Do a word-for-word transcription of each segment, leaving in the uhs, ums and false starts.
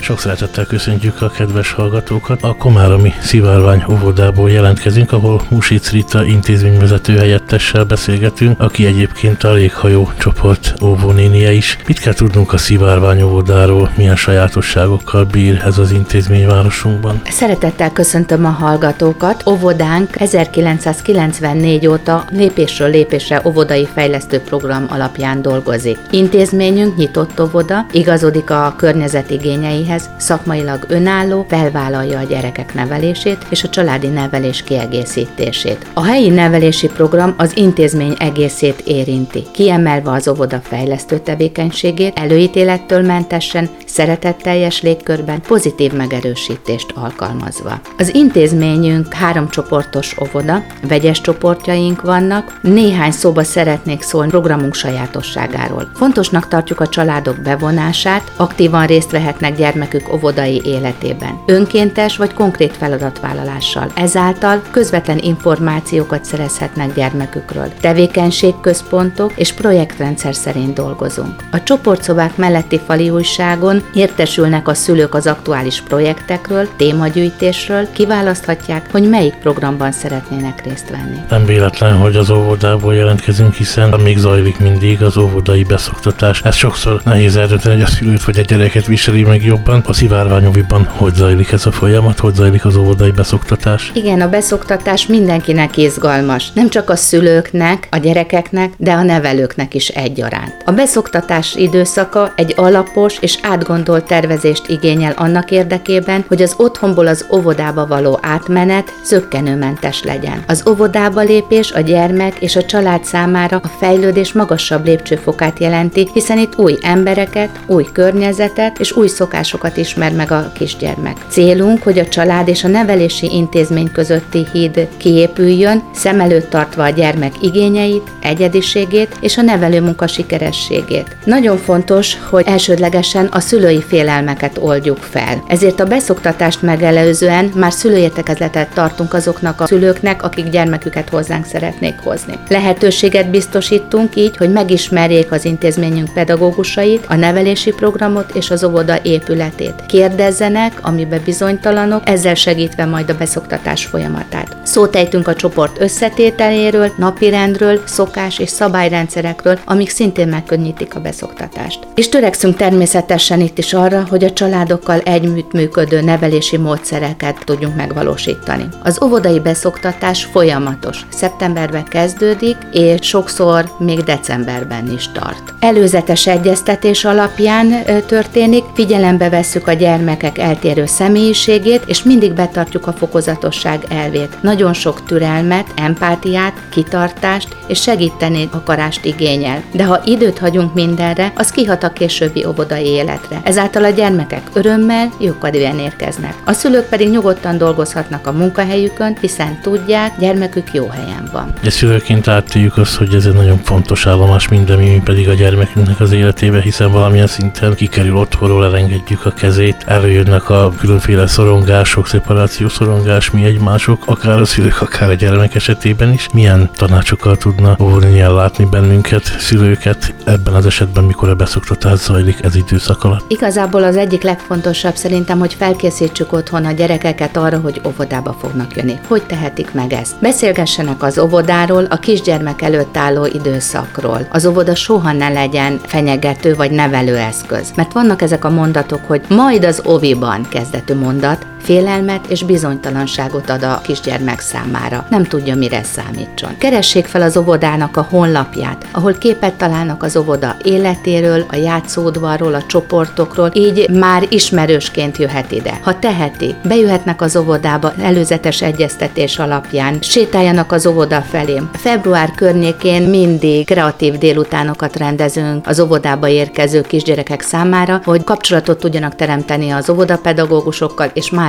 Sok szeretettel köszöntjük a kedves hallgatókat. A Komáromi Szivárvány óvodából jelentkezünk, ahol Music Rita intézményvezető helyettessel beszélgetünk, aki egyébként a Léghajó csoport óvónénie is. Mit kell tudnunk a Szivárvány óvodáról, milyen sajátosságokkal bír ez az intézmény városunkban? Szeretettel köszöntöm a hallgatókat. Óvodánk ezerkilencszázkilencvennégy óta lépésről lépésre óvodai fejlesztő program alapján dolgozik. Intézményünk nyitott óvoda, igazodik a környezet igényeihez, szakmailag önálló, felvállalja a gyerekek nevelését és a családi nevelés kiegészítését. A helyi nevelési program az intézmény egészét érinti, kiemelve az óvoda fejlesztő tevékenységét, előítélettől mentesen, szeretetteljes légkörben, pozitív megerősítést alkalmazva. Az intézményünk három csoportos óvoda, vegyes csoportjaink vannak, néhány szóba szeretnék szólni programunk sajátosságáról. Fontosnak tartjuk a családok bevonását, aktívan részt vehetnek gyermekük óvodai életében, önkéntes vagy konkrét feladatvállalással. Ezáltal közvetlen információkat szerezhetnek gyermekükről. Tevékenységközpontok és projektrendszer szerint dolgozunk. A csoportszobák melletti fali újságon értesülnek a szülők az aktuális projektekről, témagyűjtésről, kiválaszthatják, hogy melyik programban szeretnének részt venni. Nem véletlen, hogy az óvodából jelentkezünk, hiszen még zajlik mindig az óvodai beszoktatás. Ez sokszor nehéz eldönteni, hogy a szülőt vagy a gyereket viseli meg jobban. A Szivárvány óviban hogy zajlik ez a folyamat, hogy zajlik az óvodai beszoktatás? Igen, a beszoktatás mindenkinek izgalmas. Nem csak a szülőknek, a gyerekeknek, de a nevelőknek is egyaránt. A beszoktatás időszaka egy alapos és átgondolt tervezést igényel annak érdekében, hogy az otthonból az óvodába való átmenet zökkenőmentes legyen. Az óvodába lépés a gyermek és a család számára a fejlődés magasabb lépcsőfokát jelenti, hiszen itt új embereket, új környezetet és új szokásokat ismer meg a kisgyermek. Célunk, hogy a család és a nevelési intézmény közötti híd kiépüljön, szem előtt tartva a gyermek igényeit, egyediségét és a nevelőmunka sikerességét. Nagyon fontos, hogy elsődlegesen a szülői félelmeket oldjuk fel. Ezért a beszoktatást megelőzően már szülőértekezletet tartunk azoknak a szülőknek, akik gyermeküket hozzánk szeretnék hozni. Lehetőséget biztosítunk így, hogy megismerjék az intézményünk pedagógusait, a nevelési programot és az óvoda épületét. Kérdezzenek, amiben bizonytalanok, ezzel segítve majd a beszoktatás folyamatát. Szót ejtünk a csoport összetételéről, napirendről, szokás és szabályrendszerekről, amik szintén megkönnyítik a beszoktatást. És törekszünk természetesen itt is arra, hogy a családokkal együttműködő nevelési módszereket tudjunk megvalósítani. Az óvodai beszoktatás folyamatos. Szeptemberben kezdődik, és sokszor még decemberben is tart. Előzetes egyeztetés alapján történik, figyelembe vesszük a gyermekek eltérő személyiségét, és mindig betartjuk a fokozatosság elvét. Nagyon sok türelmet, empátiát, kitartást és segíteni akarást igényel. De ha időt hagyunk mindenre, az kihat a későbbi óvodai életre. Ezáltal a gyermekek örömmel, jókedvűen érkeznek. A szülők pedig nyugodtan dolgozhatnak a munkahelyükön, hiszen tudják, gyermekük jó helyen van. De szülőként átéljük azt, hogy ez egy nagyon fontos állomás minden, mi pedig a gyermekünknek az életébe, hiszen valamilyen szinten kikerül otthonról, elengedjük a kezét, előjönnek a különféle szorongások, szeparáció szorongás, mi egymások, akár a szülők, akár a gyermek esetében is. Milyen tanácsokkal tudna óvni, ellátni bennünket, szülőket ebben az esetben, mikor a beszoktatás zajlik ez időszak alatt? Igazából az egyik legfontosabb szerintem, hogy felkészítsük otthon a gyerekeket arra, hogy óvodába fognak jönni. Hogy tehetik meg ezt? Beszélgessenek az óvodáról, a kisgyermek előtt álló időszakról. Az óvoda soha ne legyen fenyegető vagy nevelőeszköz. Mert vannak ezek a mondatok, hogy majd az óviban kezdetű mondat, félelmet és bizonytalanságot ad a kisgyermek számára. Nem tudja, mire számítson. Keressék fel az óvodának a honlapját, ahol képet találnak az óvoda életéről, a játszódvarról, a csoportokról, így már ismerősként jöhet ide. Ha teheti, bejöhetnek az óvodába előzetes egyeztetés alapján, sétáljanak az óvoda felé. Február környékén mindig kreatív délutánokat rendezünk az óvodába érkező kisgyerekek számára, hogy kapcsolatot tudjanak teremteni az óvodapedagógusokkal, és már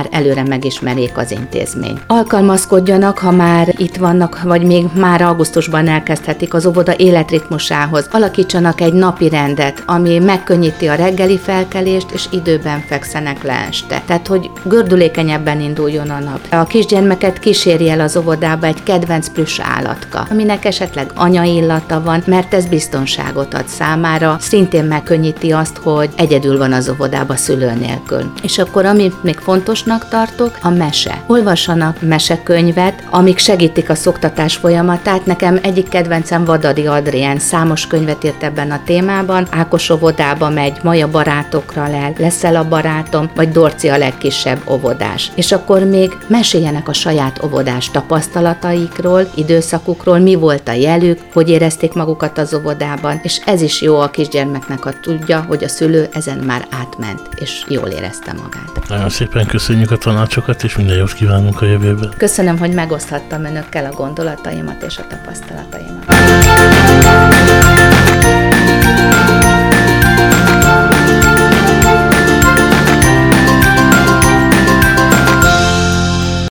előre megismerjék az intézményt. Alkalmazkodjanak, ha már itt vannak, vagy még már augusztusban elkezdhetik az óvoda életritmusához. Alakítsanak egy napi rendet, ami megkönnyíti a reggeli felkelést, és időben fekszenek le este. Tehát, hogy gördülékenyebben induljon a nap. A kisgyermeket kísérje el az óvodába egy kedvenc plüss állatka, aminek esetleg anyaillata van, mert ez biztonságot ad számára, szintén megkönnyíti azt, hogy egyedül van az óvodába szülő nélkül. És akkor, amit még fontosnak tartok, a mese. Olvassanak mesekönyvet, amik segítik a szoktatás folyamatát. Nekem egyik kedvencem Vadadi Adrien, számos könyvet írt ebben a témában. Ákos óvodába megy, Maja barátokra lel, Leszel a barátom, vagy Dorci a legkisebb óvodás. És akkor még meséljenek a saját óvodás tapasztalataikról, időszakukról, mi volt a jelük, hogy érezték magukat az óvodában, és ez is jó a kisgyermeknek, ha tudja, hogy a szülő ezen már átment, és jól érezte magát. Nagyon szépen köszönjük a tanácsokat, és minden jót kívánunk a jövőben. Köszönöm, hogy megoszthattam önökkel a gondolataimat és a tapasztalataimat.